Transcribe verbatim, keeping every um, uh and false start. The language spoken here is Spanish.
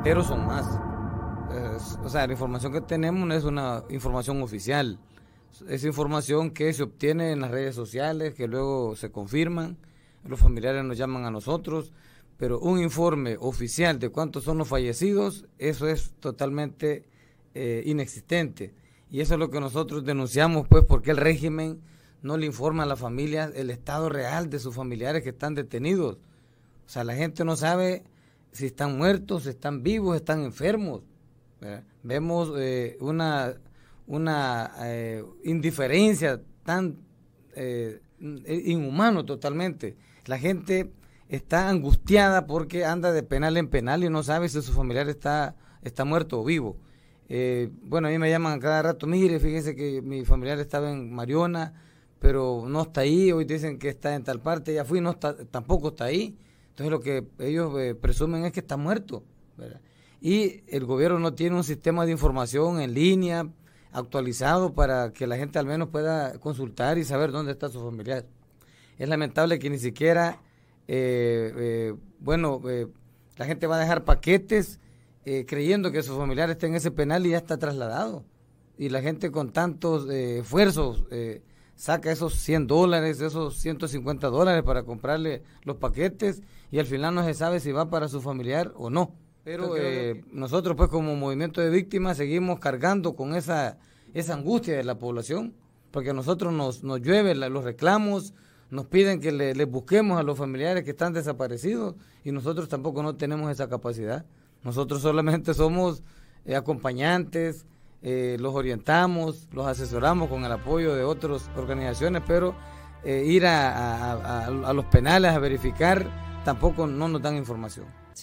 pero son más. Es, o sea, la información que tenemos no es una información oficial, es información que se obtiene en las redes sociales, que luego se confirman, los familiares nos llaman a nosotros, pero un informe oficial de cuántos son los fallecidos, eso es totalmente eh, inexistente. Y eso es lo que nosotros denunciamos, pues, porque el régimen no le informa a las familias el estado real de sus familiares que están detenidos. O sea, la gente no sabe si están muertos, si están vivos, están enfermos. ¿Verdad? Vemos eh, una, una eh, indiferencia tan eh, inhumano totalmente. La gente está angustiada porque anda de penal en penal y no sabe si su familiar está, está muerto o vivo. Eh, bueno, a mí me llaman cada rato, mire, fíjese que mi familiar estaba en Mariona, pero no está ahí, hoy dicen que está en tal parte, ya fui, no está, tampoco está ahí. Entonces lo que ellos eh, presumen es que está muerto, ¿verdad? Y el gobierno no tiene un sistema de información en línea actualizado para que la gente al menos pueda consultar y saber dónde está su familiar. Es lamentable que ni siquiera, eh, eh, bueno, eh, la gente va a dejar paquetes eh, creyendo que su familiar está en ese penal y ya está trasladado. Y la gente con tantos eh, esfuerzos eh, saca esos cien dólares, esos ciento cincuenta dólares para comprarle los paquetes y al final no se sabe si va para su familiar o no. Pero eh, nosotros pues como movimiento de víctimas seguimos cargando con esa, esa angustia de la población, porque a nosotros nos, nos llueven los reclamos, nos piden que le, les busquemos a los familiares que están desaparecidos y nosotros tampoco no tenemos esa capacidad. Nosotros solamente somos eh, acompañantes, eh, los orientamos, los asesoramos con el apoyo de otras organizaciones, pero eh, ir a, a, a, a los penales a verificar tampoco no nos dan información.